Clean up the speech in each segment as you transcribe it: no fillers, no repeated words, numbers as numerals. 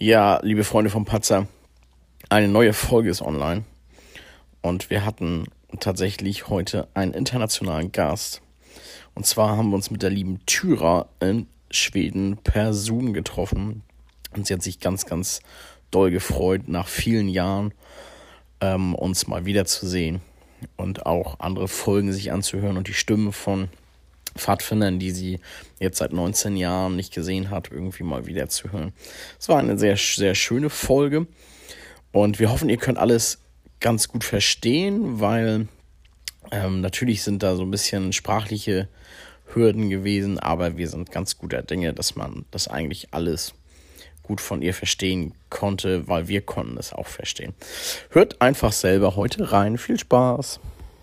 Ja, liebe Freunde vom Patzer, eine neue Folge ist online und wir hatten tatsächlich heute einen internationalen Gast. Und zwar haben wir uns mit der lieben Tyra in Schweden per Zoom getroffen und sie hat sich ganz, ganz doll gefreut, nach vielen Jahren uns mal wiederzusehen und auch andere Folgen sich anzuhören und die Stimme von Pfadfindern, die sie jetzt seit 19 Jahren nicht gesehen hat, irgendwie mal wieder zu hören. Es war eine sehr, sehr schöne Folge und wir hoffen, ihr könnt alles ganz gut verstehen, weil natürlich sind da so ein bisschen sprachliche Hürden gewesen, aber wir sind ganz guter Dinge, dass man das eigentlich alles gut von ihr verstehen konnte, weil wir konnten es auch verstehen. Hört einfach selber heute rein. Viel Spaß!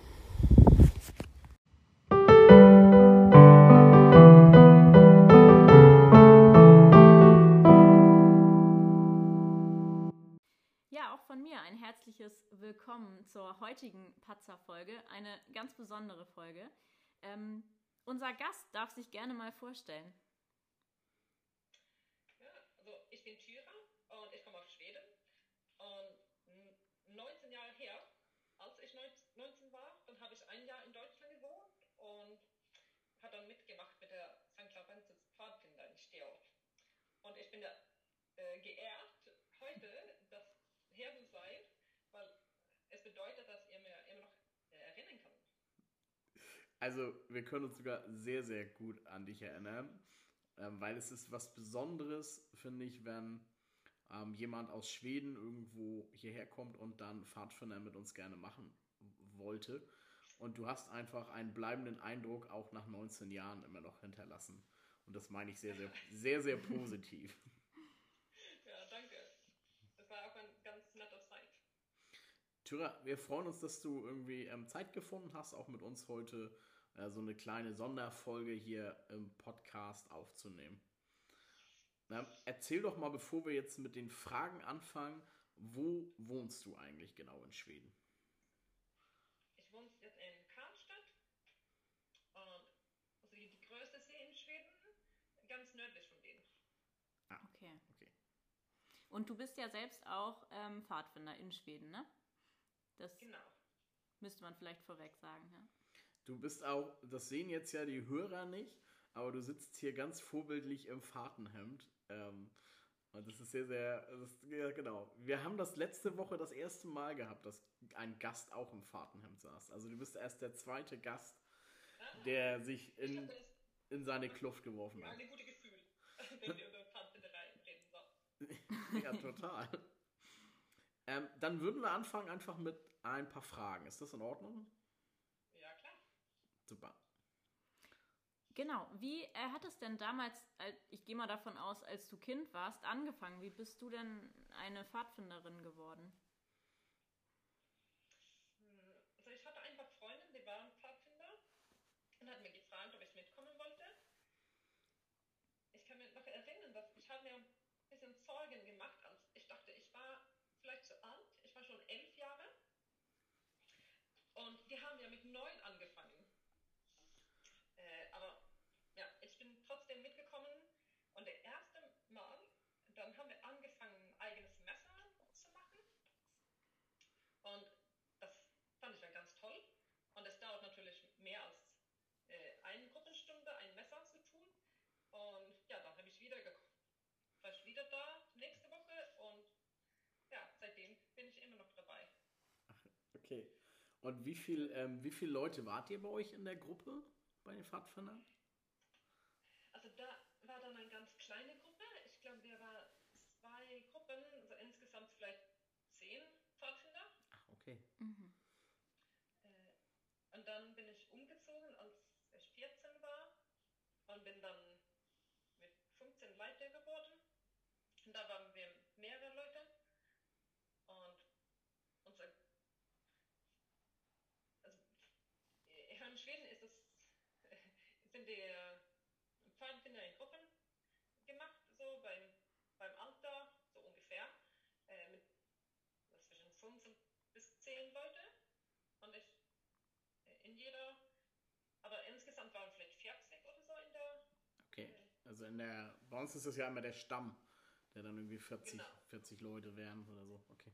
Ja, auch von mir ein herzliches Willkommen zur heutigen Patzer-Folge, eine ganz besondere Folge. Unser Gast darf sich gerne mal vorstellen. Ja, also ich bin Tyra und ich komme aus Schweden. Und 19 Jahre her, als ich 19 war, dann habe ich ein Jahr in Deutschland gewohnt und habe dann mitgemacht mit der St. Laurentius Pfadfinder in Steort. Und ich bin da geehrt, heute das her zu sein, weil es bedeutet, dass ihr mir immer noch erinnern könnt. Also, wir können uns sogar sehr, sehr gut an dich erinnern, weil es ist was Besonderes, finde ich, wenn jemand aus Schweden irgendwo hierher kommt und dann Pfadfinder mit uns gerne machen wollte. Und du hast einfach einen bleibenden Eindruck auch nach 19 Jahren immer noch hinterlassen. Und das meine ich sehr, sehr, sehr, sehr positiv. Ja, danke. Das war auch eine ganz nette Zeit. Tyra, wir freuen uns, dass du irgendwie Zeit gefunden hast, auch mit uns heute so eine kleine Sonderfolge hier im Podcast aufzunehmen. Erzähl doch mal, bevor wir jetzt mit den Fragen anfangen, wo wohnst du eigentlich genau in Schweden? Ich wohne jetzt in Karlstad und also die größte See in Schweden, ganz nördlich von denen. Ah, Okay. okay. Und du bist ja selbst auch Pfadfinder in Schweden, ne? Das Genau. müsste man vielleicht vorweg sagen, ja. Du bist auch, das sehen jetzt ja die Hörer nicht, aber du sitzt hier ganz vorbildlich im Fahrtenhemd. Und das ist sehr, sehr, ja genau. Wir haben das letzte Woche das erste Mal gehabt, dass ein Gast auch im Fahrtenhemd saß. Also du bist erst der zweite Gast, Ah, der sich ich glaube, in seine das Kluft geworfen hat. eine gute Gefühl, wenn wir über Pfadfinderei reden. So. Ja, total. Dann würden wir anfangen einfach mit ein paar Fragen. Ist das in Ordnung? Ja, klar. Super. Genau, wie hat es denn damals, ich gehe mal davon aus, als du Kind warst, angefangen? Wie bist du denn eine Pfadfinderin geworden? Also ich hatte ein paar Freunde, die waren Pfadfinder und hatten mir gefragt, ob ich mitkommen wollte. Ich kann mich noch erinnern, dass ich habe mir ein bisschen Sorgen gemacht, als ich dachte, ich war vielleicht zu alt. Ich war schon 11 Jahre und die haben ja mit 9 angefangen. Aber ja, ich bin trotzdem mitgekommen und der erste Mal, dann haben wir angefangen, ein eigenes Messer zu machen und das fand ich ja ganz toll. Und es dauert natürlich mehr als eine Gruppenstunde, ein Messer zu tun. Und ja, dann habe ich wieder war ich wieder da nächste Woche und ja, seitdem bin ich immer noch dabei. Okay. Und wie viele Leute wart ihr bei euch in der Gruppe bei den Pfadfindern? Also da war dann eine ganz kleine Gruppe. Ich glaube, wir waren zwei Gruppen, also insgesamt vielleicht 10 Pfadfinder. Ach, okay. Mhm. Und dann bin ich umgezogen, als ich 14 war und bin dann mit 15 Leiter geworden. Und da waren wir mehrere Leute. Und unser, also hier in Schweden ist es, sind die Pfadfinder in Gruppen gemacht, so beim Alter, so ungefähr, mit zwischen 5 bis 10 Leute. Und ich in jeder, aber insgesamt waren vielleicht 40 oder so in der. Okay. Also bei uns ist das ja immer der Stamm. der dann irgendwie Genau. 40 Leute wären oder so. Okay.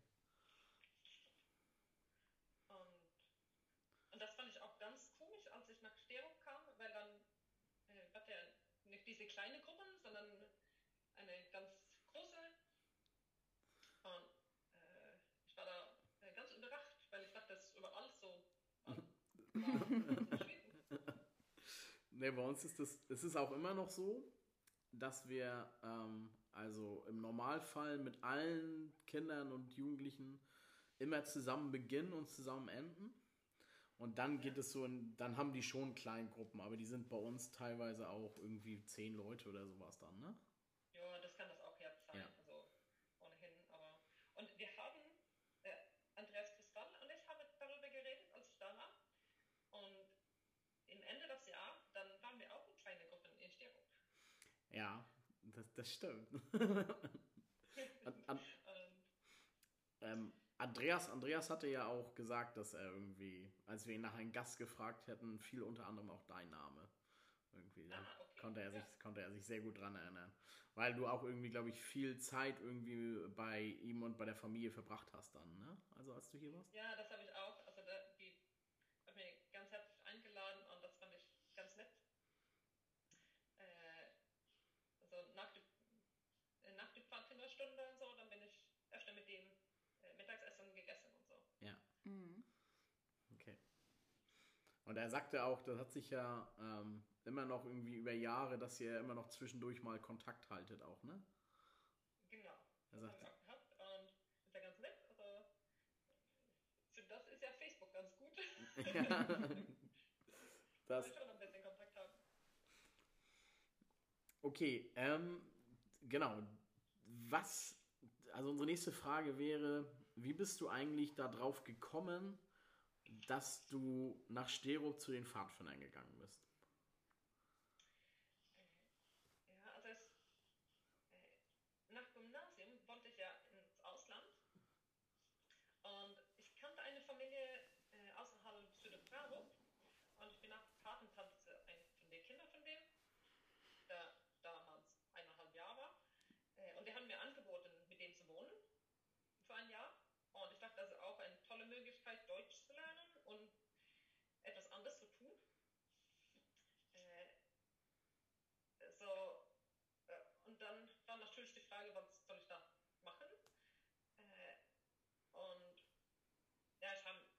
Und das fand ich auch ganz komisch, als ich nach Sterop kam, weil dann hat er nicht diese kleine Gruppen, sondern eine ganz große. Und ich war da ganz überrascht, weil ich dachte, das ist überall so war in Schweden. Ne, bei uns es ist auch immer noch so, dass wir also im Normalfall mit allen Kindern und Jugendlichen immer zusammen beginnen und zusammen enden. Und dann geht es so dann haben die schon Kleingruppen, aber die sind bei uns teilweise auch irgendwie 10 Leute oder sowas dann, ne? Ja, das kann das auch jetzt sein, Ja. also ohnehin. Und wir haben, äh, Andreas Kristall und ich haben darüber geredet, als ich da war. Und im Ende des Jahres, dann waren wir auch in kleine Gruppen in Sterop. Ja, das stimmt. An, Andreas hatte ja auch gesagt, dass er irgendwie, als wir ihn nach einem Gast gefragt hätten, fiel unter anderem auch dein Name. Irgendwie, da Okay. konnte er sich sehr gut dran erinnern. Weil du auch irgendwie, glaube ich, viel Zeit irgendwie bei ihm und bei der Familie verbracht hast dann, ne? Also als du hier warst? Ja, das habe ich auch. Also die hat mir ganz herzlich eingeladen und das fand ich ganz nett. Also nach der Pfadfinderstunde und so, dann bin ich öfter mit dem Mittagessen gegessen und so. Ja. Mhm. Okay. Und er sagte auch, das hat sich ja immer noch irgendwie über Jahre, dass ihr immer noch zwischendurch mal Kontakt haltet auch, ne? Genau, Er das haben sagte, wir auch gehabt und ist ja ganz nett. Also für das ist ja Facebook ganz gut. ja, Kann das, man schon ein bisschen Kontakt haben. okay, genau. Was, also unsere nächste Frage wäre, wie bist du eigentlich darauf gekommen, dass du nach Stero zu den Pfadfindern gegangen bist? Ja, also nach Gymnasium wollte ich ja ins Ausland und ich kannte eine Familie außerhalb Süderbrarup und ich bin nach Patentante von den Kindern von dem, der damals 1,5 Jahre war. Und die haben mir angeboten, mit denen zu wohnen für ein Jahr. Und ich dachte, das ist auch eine tolle Möglichkeit, Deutsch zu lernen und etwas anderes zu tun. Äh, so, und dann war natürlich die Frage, was soll ich da machen? Und ja,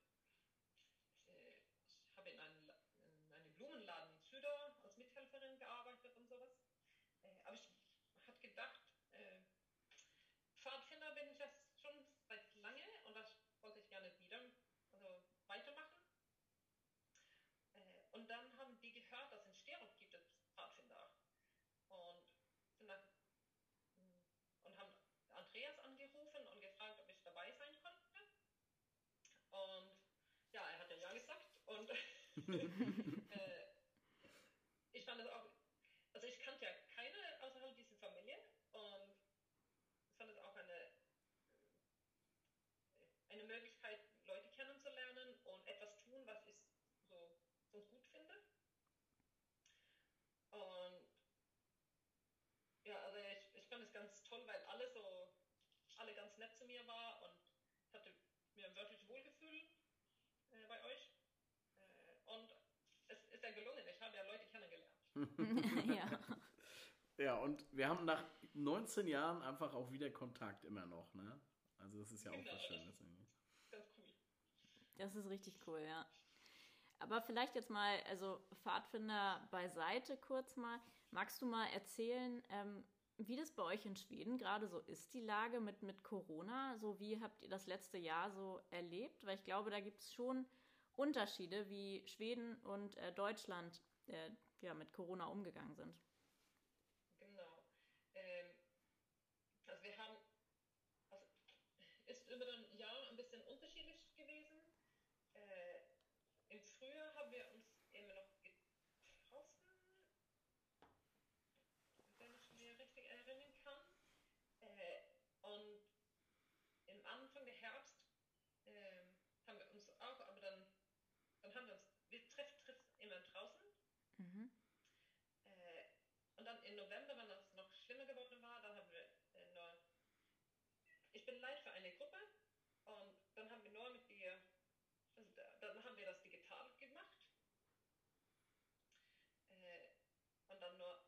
ich habe in einem Blumenladen in Süder als Mithelferin gearbeitet und sowas. Aber ich hatte gedacht, Pfadfinder bin ich jetzt schon seit lange und das wollte ich gerne wieder weitermachen. Und dann haben die gehört, dass in Sterop gibt es Pfadfinder. Und, sind dann, und haben Andreas angerufen und gefragt, ob ich dabei sein konnte. Und ja, er hat ja gesagt. Und ich fand es auch, also ich kannte ja keine außerhalb dieser Familie und ich fand es auch eine Möglichkeit, Leute kennenzulernen und etwas tun, was ich so gut finde. Und ja, also ich fand es ganz toll, weil alle ganz nett zu mir war und ich hatte mir wirklich Wohlgefühl bei euch. Und es ist ja gelungen, ich habe ja Leute kennengelernt. Ja. Ja, und wir haben nach 19 Jahren einfach auch wieder Kontakt immer noch, ne? Also das ist ja auch Genau, was das Schönes irgendwie. ist ganz cool. Das ist richtig cool, ja. Aber vielleicht jetzt mal, also Pfadfinder beiseite kurz mal. Magst du mal erzählen, wie das bei euch in Schweden gerade so ist, die Lage mit Corona? So, wie habt ihr das letzte Jahr so erlebt? Weil ich glaube, da gibt es schon Unterschiede, wie Schweden und Deutschland ja, mit Corona umgegangen sind. Genau. Also wir haben, also ist über ein Jahr ein bisschen unterschiedlich gewesen. Im Frühjahr haben wir uns immer noch getroffen, wenn ich mich richtig erinnern kann. Und im Anfang der Herbst haben wir uns auch, aber dann haben wir treffen immer draußen. Mhm. Und dann im November, wenn das noch schlimmer geworden war, dann haben wir nur bin Leiter für eine Gruppe und dann haben wir nur dann haben wir das digital gemacht und dann nur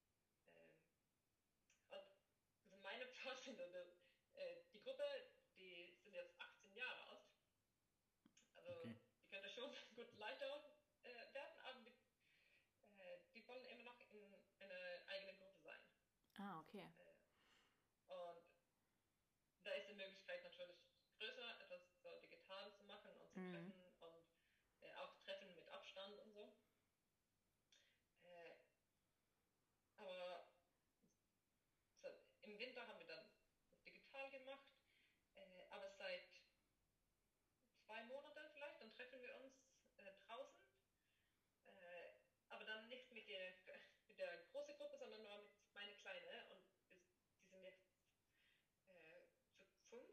und also meine Pfadfinder, die Gruppe, die sind jetzt 18 Jahre alt, also Okay. die könnte schon gut Leiter werden, aber die wollen immer noch in eine eigene Gruppe sein. Ah, okay. Und da ist die Möglichkeit natürlich größer, etwas so digital zu machen und zu Mhm. treffen und auch Treffen mit Abstand und so. Aber so, im Winter haben wir dann digital gemacht, aber seit 2 Monaten vielleicht, dann treffen wir uns draußen, aber dann nicht mit der großen Gruppe, sondern nur mit meiner Kleine und die sind jetzt zu 5.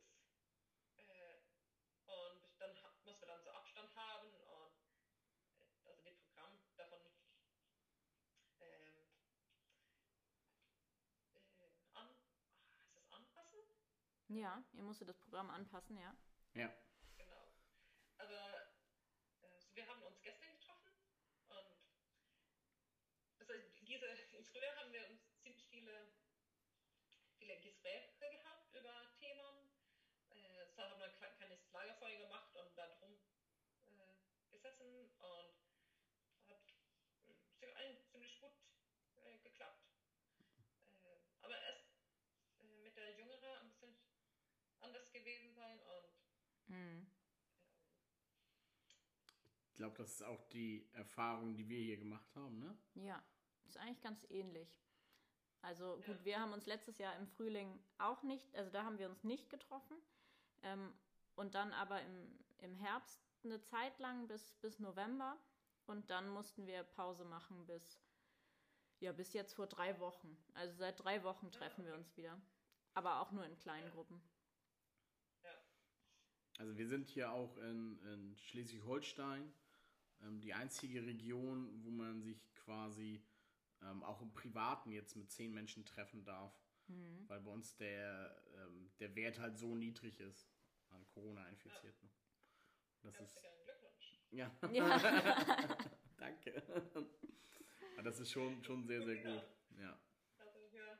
Und dann muss man dann so Abstand haben und also das Programm davon ähm, heißt das anpassen? Ja, ihr musstet das Programm anpassen, ja. Ja. Genau. Aber so wir haben uns gestern getroffen und das heißt, im Frühjahr haben wir uns ziemlich viele Gespräche gehabt über Themen. So haben wir ein kleines Lagerfeuer gemacht und da drum gesessen und hat ziemlich gut geklappt. Aber erst mit der Jüngere ein bisschen anders gewesen sein und Mhm. Ich glaube, das ist auch die Erfahrung, die wir hier gemacht haben, ne? Ja, ist eigentlich ganz ähnlich. Also ja, gut, wir haben uns letztes Jahr im Frühling auch nicht, also da haben wir uns nicht getroffen. Und dann aber im Herbst eine Zeit lang bis November. Und dann mussten wir Pause machen bis jetzt vor 3 Wochen. Also seit 3 Wochen treffen wir okay. uns wieder. Aber auch nur in kleinen Ja, Gruppen. ja, Also wir sind hier auch in Schleswig-Holstein, die einzige Region, wo man sich quasi auch im Privaten jetzt mit 10 Menschen treffen darf, Mhm. weil bei uns der Wert halt so niedrig ist an ja. Corona-Infizierten. Das ist, Herzlichen Glückwunsch. ja, Ja. danke. Aber das ist schon sehr, Gut sehr gut. getan. Ja. Also hier,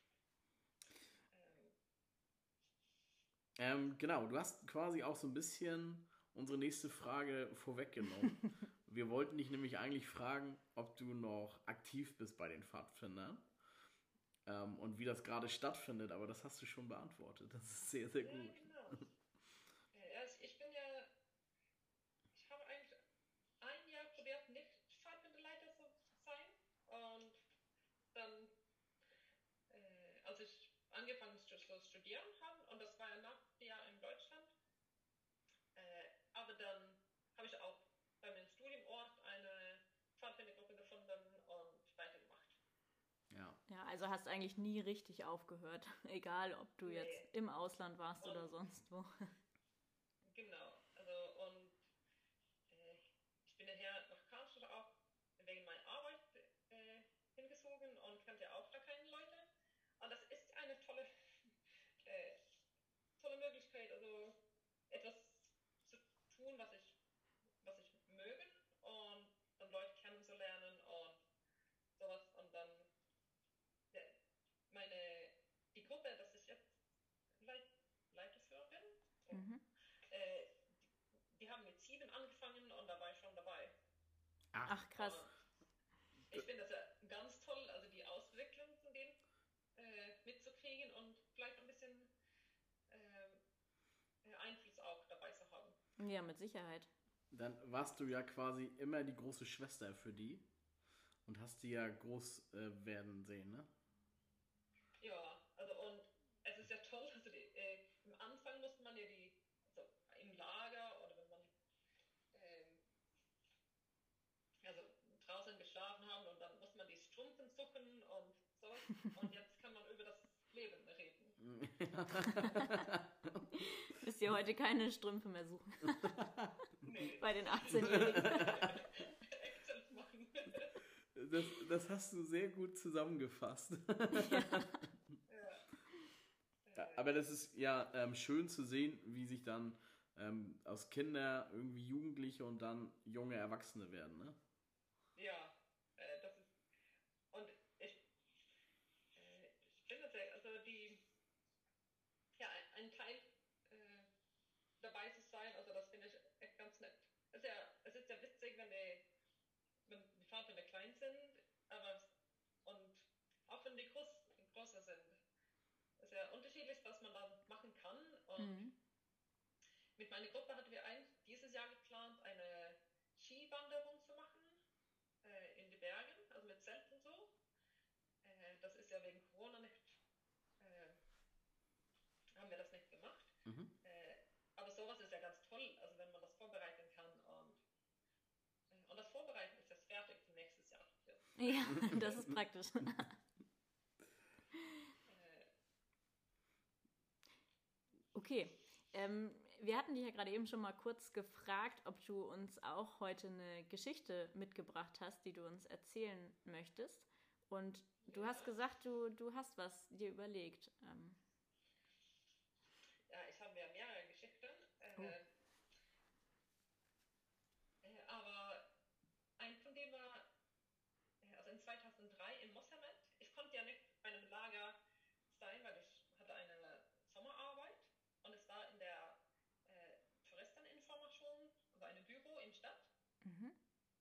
Genau, du hast quasi auch so ein bisschen unsere nächste Frage vorweggenommen. Wir wollten dich nämlich eigentlich fragen, ob du noch aktiv bist bei den Pfadfindern und wie das gerade stattfindet, aber das hast du schon beantwortet. Das ist sehr, sehr ja, gut. genau. Ich habe eigentlich ein Jahr probiert, nicht Pfadfinderleiter zu sein. Und dann, als ich angefangen zu studieren habe, und das war ja nach dem Jahr in Deutschland, aber dann habe ich auch bei meinem Studienort eine Pfadfindergruppe gefunden und weitergemacht. Ja. Ja, also hast eigentlich nie richtig aufgehört. Egal, ob du jetzt Nee. im Ausland warst Und oder sonst wo. genau, also und ich bin daher nach Karlsruhe auch wegen meiner Arbeit hingezogen und kannte ja auch da keine Leute. Und das ist eine äh, tolle Möglichkeit, also etwas zu tun, was ich mögen und dann Leute kennenzulernen und sowas. Und dann ja, die Gruppe, dass ich jetzt Leiter für bin, so, Mhm. äh, die haben mit 7 angefangen und da war ich schon dabei. Ach, Ach, krass. Und ich finde das ja ganz toll, also die Auswicklung von denen mitzukriegen und vielleicht ein bisschen Einfluss auch dabei zu haben. Ja, mit Sicherheit. dann warst du ja quasi immer die große Schwester für die und hast die ja groß werden sehen, ne? Ja, also und es ist ja toll, also im Anfang musste man ja also im Lager oder wenn man also draußen geschlafen haben und dann muss man die Strümpfen suchen und sowas. Und jetzt kann man über das Leben reden. Müsst ihr heute keine Strümpfe mehr suchen. Nee. Bei den 18-Jährigen. Excel machen. Das hast du sehr gut zusammengefasst. Ja. aber das ist ja schön zu sehen, wie sich dann aus Kinder irgendwie Jugendliche und dann junge Erwachsene werden, ne? Ja, das ist. Und ich finde sehr, also ja, ein Teil äh, dabei zu sein, also das finde ich echt ganz nett. Es ist ja witzig, wenn die Vater klein sind, aber und auch wenn die größer sind. Es ist ja unterschiedlich, was man da machen kann. Und Mhm. mit meiner Gruppe hatten wir dieses Jahr geplant, eine Skiwanderung zu machen in die Bergen, also mit Zelt und so. Das ist ja wegen Corona nicht, äh, haben wir das nicht gemacht. Mhm. Aber sowas ist ja ganz toll, also wenn man das vorbereiten kann. Und das Vorbereiten ist jetzt fertig für nächstes Jahr. Ja, das ist praktisch. Okay. Wir hatten dich ja gerade eben schon mal kurz gefragt, ob du uns auch heute eine Geschichte mitgebracht hast, die du uns erzählen möchtest. Und du hast gesagt, du hast was dir überlegt. Ja, ich habe ja mehrere Geschichten. Oh. Aber ein von denen war, also in 2003 in Mohammed. Ich konnte ja nicht bei einem Lager sein, weil ich hatte eine Sommerarbeit und es war in der Touristeninformation, also ein Büro in Stadt. Mhm.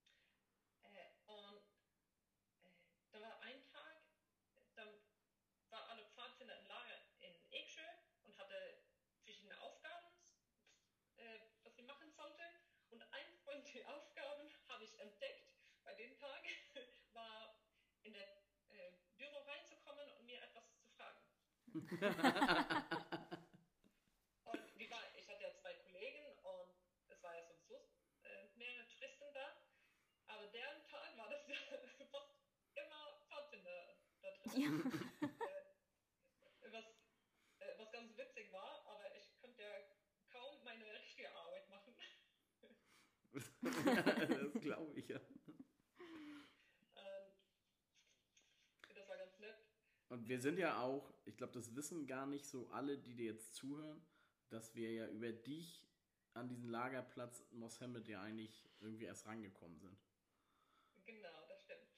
Und da war ein Tag, dann war alle Pfadfinder im Lager in Eksjö und hatte verschiedene Aufgaben, was sie machen sollte. Und eine von den Aufgaben habe ich entdeckt bei dem Tag, war in der Büro reinzukommen und mir etwas zu fragen. Und ich hatte ja 2 Kollegen und es war ja sowieso mehrere Touristen da. Aber deren Tag war das ja fast immer Pfadfinder da drin. Ja. Was ganz witzig war, aber ich konnte ja kaum meine richtige Arbeit machen. Das glaube ich ja. Das war ganz nett. Und wir sind ja auch, ich glaube, das wissen gar nicht so alle, die dir jetzt zuhören, dass wir ja über dich an diesen Lagerplatz Mohammed ja eigentlich irgendwie erst rangekommen sind. Genau, das stimmt.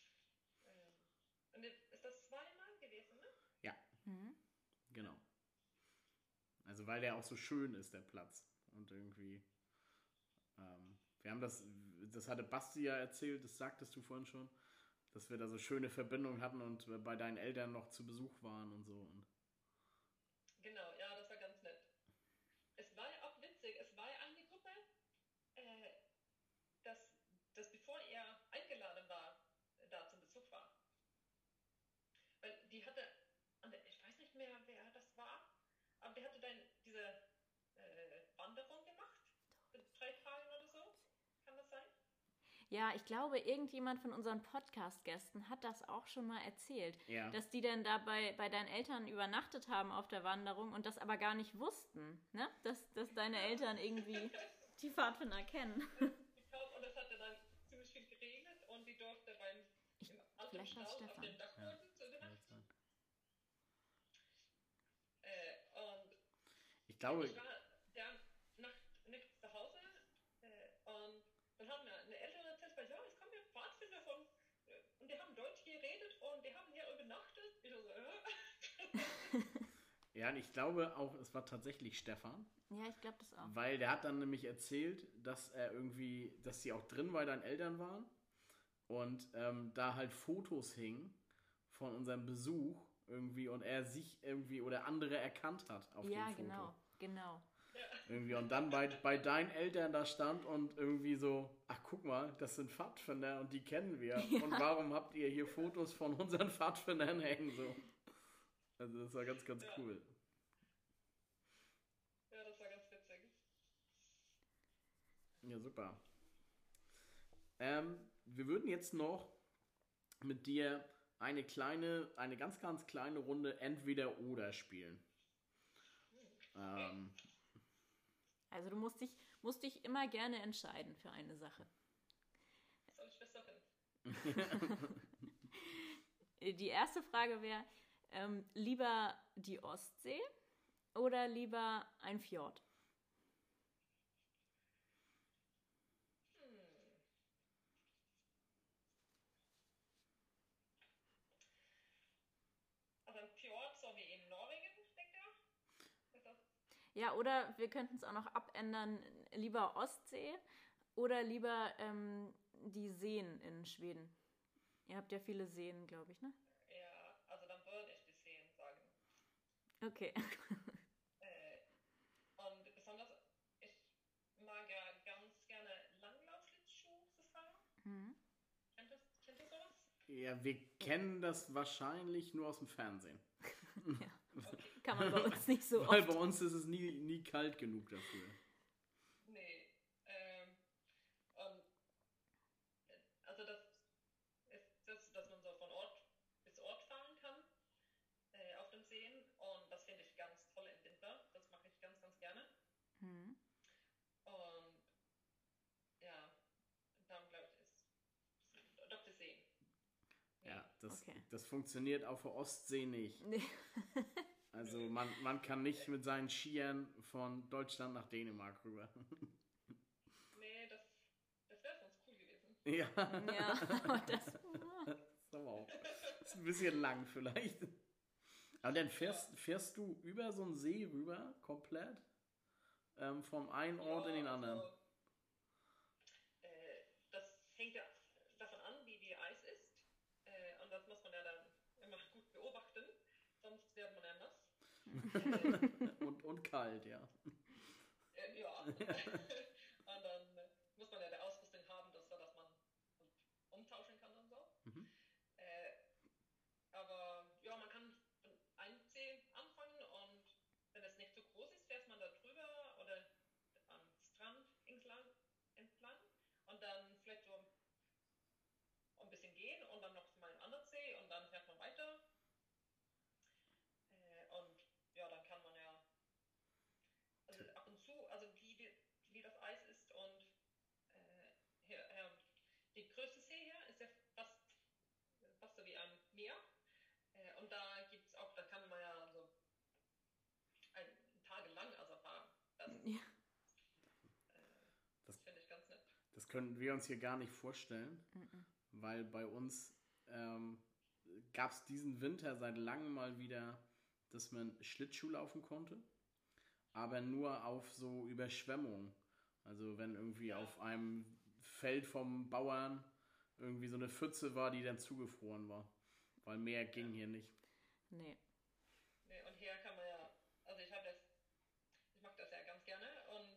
Und ist das 2-mal gewesen, ne? Ja, Mhm. genau. Also weil der auch so schön ist, der Platz. Und irgendwie, wir haben das hatte Basti ja erzählt, das sagtest du vorhin schon, dass wir da so schöne Verbindungen hatten und bei deinen Eltern noch zu Besuch waren und so. Und Genau, ja, das war ganz nett. Es war ja auch witzig, es war ja eine Gruppe, äh, das bevor er eingeladen war, da zum Besuch war. Weil die hatte, ich weiß nicht mehr, wer das war, aber die hatte dann diese Wanderung gemacht, für 3 Tage oder so. Kann das sein? Ja, ich glaube, irgendjemand von unseren Podcast-Gästen hat das auch schon mal erzählt, ja. dass die dann da bei deinen Eltern übernachtet haben auf der Wanderung und das aber gar nicht wussten, ne? Dass deine Eltern irgendwie die Pfadfinder kennen. Und es hatte dann ziemlich viel geregnet und die durfte im alten Vielleicht war's Stall auf Stefan. dem Dachboden zu übernachten. Und Ich glaube, ich war der Nacht nicht zu Hause und dann haben wir eine Eltern erzählt, ja, es kommen hier Pfadfinder von und die haben Deutsch geredet und die haben hier übernachtet. Ich so, ja, und ich glaube auch, es war tatsächlich Stefan. Ja, ich glaube das auch. Weil der hat dann nämlich erzählt, dass sie auch drin bei deinen Eltern waren und da halt Fotos hingen von unserem Besuch irgendwie und er sich irgendwie oder andere erkannt hat auf dem Foto. Ja, genau. Irgendwie und dann bei deinen Eltern da stand und irgendwie so, ach guck mal, das sind Pfadfinder und die kennen wir. Ja. Und warum habt ihr hier Fotos von unseren Pfadfindern hängen? So. Also das war ganz, ganz cool. Ja, das war ganz witzig. Ja, super. Wir würden jetzt noch mit dir eine ganz, ganz kleine Runde Entweder-Oder spielen. Also du musst dich immer gerne entscheiden für eine Sache. Soll ich versuchen? Die erste Frage wäre, lieber die Ostsee oder lieber ein Fjord? Hm. Also ein Fjord, so wie in Norwegen, denkt ihr? Ist das? Ja, oder wir könnten es auch noch abändern, lieber Ostsee oder lieber die Seen in Schweden. Ihr habt ja viele Seen, glaube ich, ne? Ja, also dann würde ich die Seen sagen. Okay. Äh, und besonders, ich mag ja ganz gerne Langlaufschlittschuh zu fahren. Mhm. Kennt ihr sowas? Ja, wir kennen das wahrscheinlich nur aus dem Fernsehen. Ja, Okay. kann man bei uns nicht so Weil bei oft. uns ist es nie kalt genug dafür. Nee. Und also das ist das, dass man so von Ort bis Ort fahren kann auf den Seen. Und das finde ich ganz toll im Winter. Das mache ich ganz, ganz gerne. Mhm. Und ja, dann glaube ich, ist doch die Seen. Ja, Nee. Okay. das funktioniert auf der Ostsee nicht. Nee. Also man kann nicht mit seinen Skiern von Deutschland nach Dänemark rüber. Nee, das wäre sonst cool gewesen. Ja, Ja, aber das. ist aber auch. Ist ein bisschen lang vielleicht. Aber dann fährst du über so einen See rüber, komplett, vom einen Ort in den Ja, anderen. also das hängt ja davon an, wie die Eis ist. Und das muss man ja dann immer gut beobachten, sonst wird man ja nass. Und kalt, ja. Ja. Und dann muss man ja die Ausrüstung haben, dass man umtauschen kann und so. Mhm. Äh, aber ja, man kann von einem See anfangen und wenn es nicht zu groß ist, fährt man da drüber oder am Strand entlang und dann vielleicht so ein bisschen gehen und dann noch mal einen anderen See und dann fährt man weiter. Und ja, dann kann man ja, also ab und zu, also wie das Eis ist und die größte See hier ist ja fast so wie ein Meer. Und da gibt es auch, da kann man ja so tagelang also fahren. Ja. Das finde ich ganz nett. Das können wir uns hier gar nicht vorstellen, Mhm. weil bei uns gab es diesen Winter seit langem mal wieder, dass man Schlittschuh laufen konnte, aber nur auf so Überschwemmungen. Also wenn irgendwie Ja, auf einem Feld vom Bauern irgendwie so eine Pfütze war, die dann zugefroren war, weil mehr ja. ging hier nicht. Nee. Nee, und hier kann man ja, also ich mag das ja ganz gerne und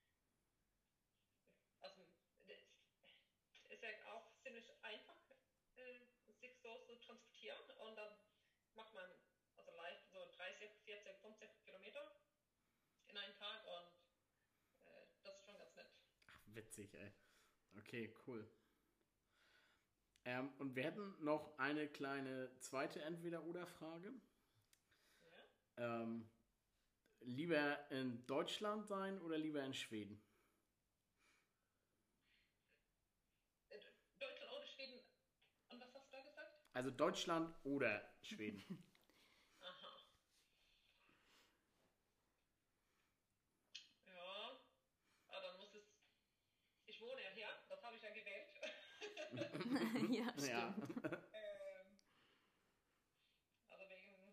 also ist ja auch ziemlich einfach, sich so zu transportieren und dann macht man also leicht so 30, 40, 50 Kilometer in einen Tag und das ist schon ganz nett. Ach, witzig, ey. Okay, cool. Und wir hätten noch eine kleine zweite Entweder-Oder-Frage. Ja? Ähm, lieber in Deutschland sein oder lieber in Schweden? Deutschland oder Schweden, und was hast du da gesagt? Also Deutschland oder Schweden. Aha. Ja, aber dann muss es, ich wohne ja hier, das habe ich ja gewählt. Ja, Ja. stimmt. Also wegen,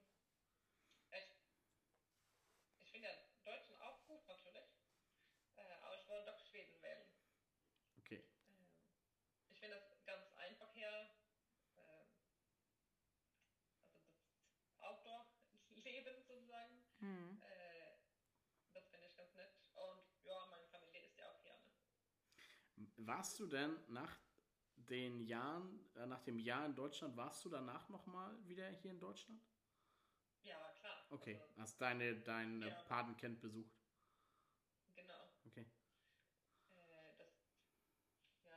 ich finde ja Deutschland auch gut natürlich, aber ich wollte doch Schweden wählen. Okay. Ich finde das ganz einfach hier, ähm, also das Outdoor-Leben sozusagen, Mhm. das finde ich ganz nett. Und ja, meine Familie ist ja auch hier, ne? Warst du denn nach den Jahren, nach dem Jahr in Deutschland, warst du danach nochmal wieder hier in Deutschland? Ja, klar. Okay. Also, Hast dein ja, Patenkind besucht? genau. Okay. Das, ja,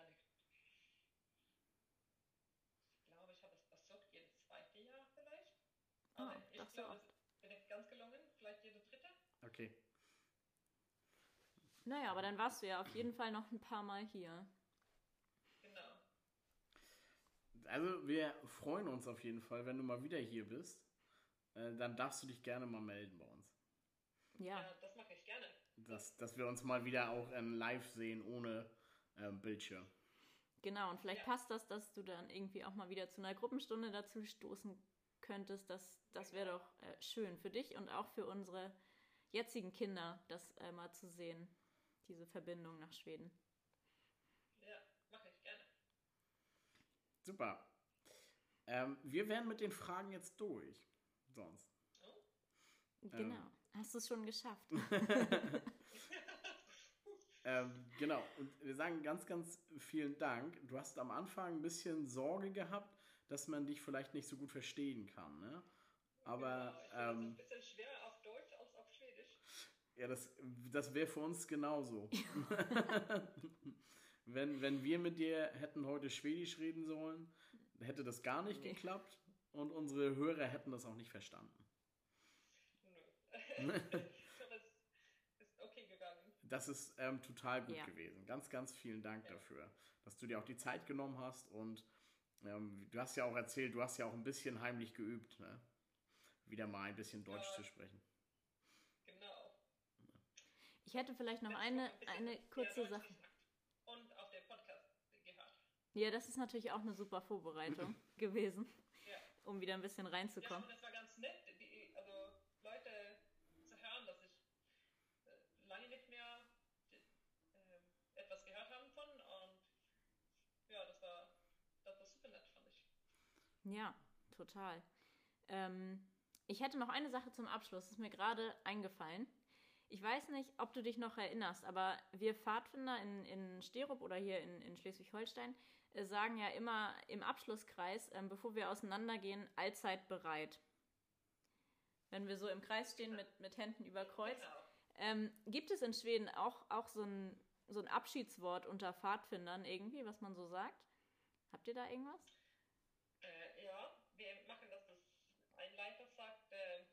ich glaube, ich habe es versucht, jedes zweite Jahr vielleicht. Aber Oh, doch ich so glaube, oft. es bin nicht ganz gelungen. Vielleicht jede dritte. Okay. Naja, aber dann warst du ja auf jeden Fall noch ein paar Mal hier. Genau. Also wir freuen uns auf jeden Fall, wenn du mal wieder hier bist. Dann darfst du dich gerne mal melden bei uns. Ja, Ja, das mache ich gerne. Dass wir uns mal wieder auch live sehen ohne Bildschirm. genau. Und vielleicht Ja, passt das, dass du dann irgendwie auch mal wieder zu einer Gruppenstunde dazu stoßen könntest. Das wäre genau. doch schön für dich und auch für unsere jetzigen Kinder, das mal zu sehen, diese Verbindung nach Schweden. Ja, mache ich gerne. Super. Wir wären mit den Fragen jetzt durch. Sonst. Oh. Genau. Hast du es schon geschafft? Genau, und wir sagen ganz, ganz vielen Dank. Du hast am Anfang ein bisschen Sorge gehabt, dass man dich vielleicht nicht so gut verstehen kann, ne? Aber Genau, ich finde, das ist ein bisschen schwerer auf Deutsch als auf Schwedisch. ja, das wäre für uns genauso. Wenn wir mit dir hätten heute Schwedisch reden sollen, hätte das gar nicht Nee. geklappt und unsere Hörer hätten das auch nicht verstanden. Nö. Aber es ist okay gegangen. Das ist total gut Ja. gewesen. Ganz, ganz vielen Dank Ja. dafür, dass du dir auch die Zeit genommen hast und du hast ja auch erzählt, du hast ja auch ein bisschen heimlich geübt, ne? Wieder mal ein bisschen Deutsch Ja, zu sprechen. genau. Ich hätte vielleicht noch Letzte Woche eine, ein bisschen eine mehr kurze Deutsch Sache. gesagt. Und auf dem Podcast gehört. Ja, das ist natürlich auch eine super Vorbereitung gewesen, Ja. um wieder ein bisschen Ja, reinzukommen. und es war ganz nett, also Leute zu hören, dass ich lange nicht mehr etwas gehört haben von. Und ja, das war super nett, fand ich. Ja, total. Ich hätte noch eine Sache zum Abschluss, ist mir gerade eingefallen. Ich weiß nicht, ob du dich noch erinnerst, aber wir Pfadfinder in Sterup oder hier in Schleswig-Holstein sagen ja immer im Abschlusskreis, bevor wir auseinandergehen, allzeit bereit. Wenn wir so im Kreis stehen mit Händen über Kreuz. Genau. Gibt es in Schweden auch so ein Abschiedswort unter Pfadfindern irgendwie, was man so sagt? Habt ihr da irgendwas? Ja, wir machen das, dass ein Leiter sagt,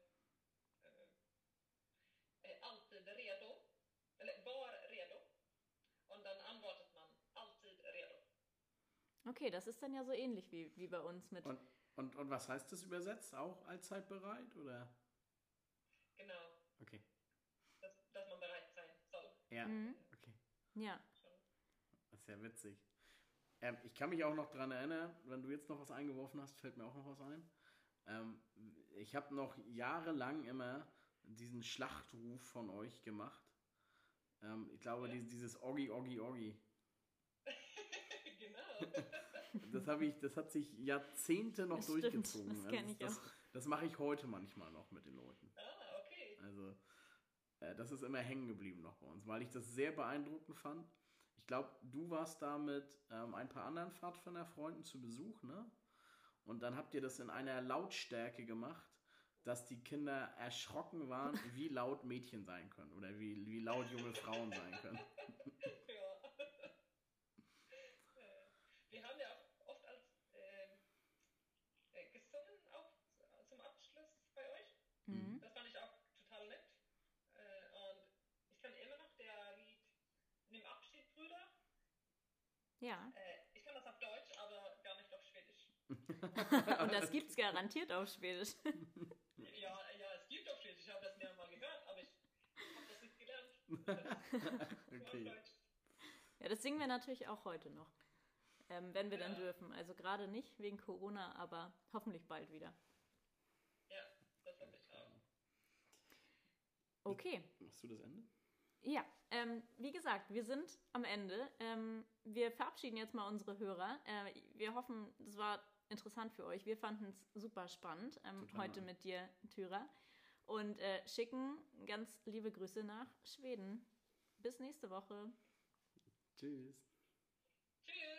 alltid redo, eller var redo. Und dann antwortet man, alltid redo. Okay, das ist dann ja so ähnlich wie bei uns mit. Und was heißt das übersetzt? Auch allzeit bereit, oder? Genau, Okay. dass man bereit sein soll. Ja, Mhm. okay. Ja. Schon. Das ist ja witzig. Ich kann mich auch noch dran erinnern, wenn du jetzt noch was eingeworfen hast, fällt mir auch noch was ein. Ich habe noch jahrelang immer diesen Schlachtruf von euch gemacht. Ich glaube, Ja. dieses Oggi, Oggi, Oggi. Genau. Das hat sich Jahrzehnte noch Das stimmt, durchgezogen. das kenn ich Das mache ich heute manchmal noch mit den Leuten. Ah, okay. Also, das ist immer hängen geblieben noch bei uns, weil ich das sehr beeindruckend fand. Ich glaube, du warst da mit ein paar anderen Pfadfinderfreunden zu Besuch, ne? Und dann habt ihr das in einer Lautstärke gemacht, dass die Kinder erschrocken waren, wie laut Mädchen sein können oder wie laut junge Frauen sein können. Ja. Wir haben ja auch oft als gesungen auch zum Abschluss bei euch. Mhm. Das fand ich auch total nett. Und ich kann immer noch der Lied Nimm Abschied, Brüder. Ja. Ich kann das auf Deutsch, aber gar nicht auf Schwedisch. Und das gibt's garantiert auf Schwedisch. Ja, es gibt auf Schwedisch. Ich habe das mehrmals gehört, aber ich habe das nicht gelernt. Nur auf Okay. Deutsch. Ja, das singen wir natürlich auch heute noch. Wenn wir dann Ja. dürfen. Also gerade nicht wegen Corona, aber hoffentlich bald wieder. Ja, das hoffe ich auch. Okay. Machst du das Ende? Ja, wie gesagt, wir sind am Ende. Wir verabschieden jetzt mal unsere Hörer. Wir hoffen, das war interessant für euch. Wir fanden es super spannend Total. heute mit dir, Thyra. Und schicken ganz liebe Grüße nach Schweden. Bis nächste Woche. Tschüss. Tschüss.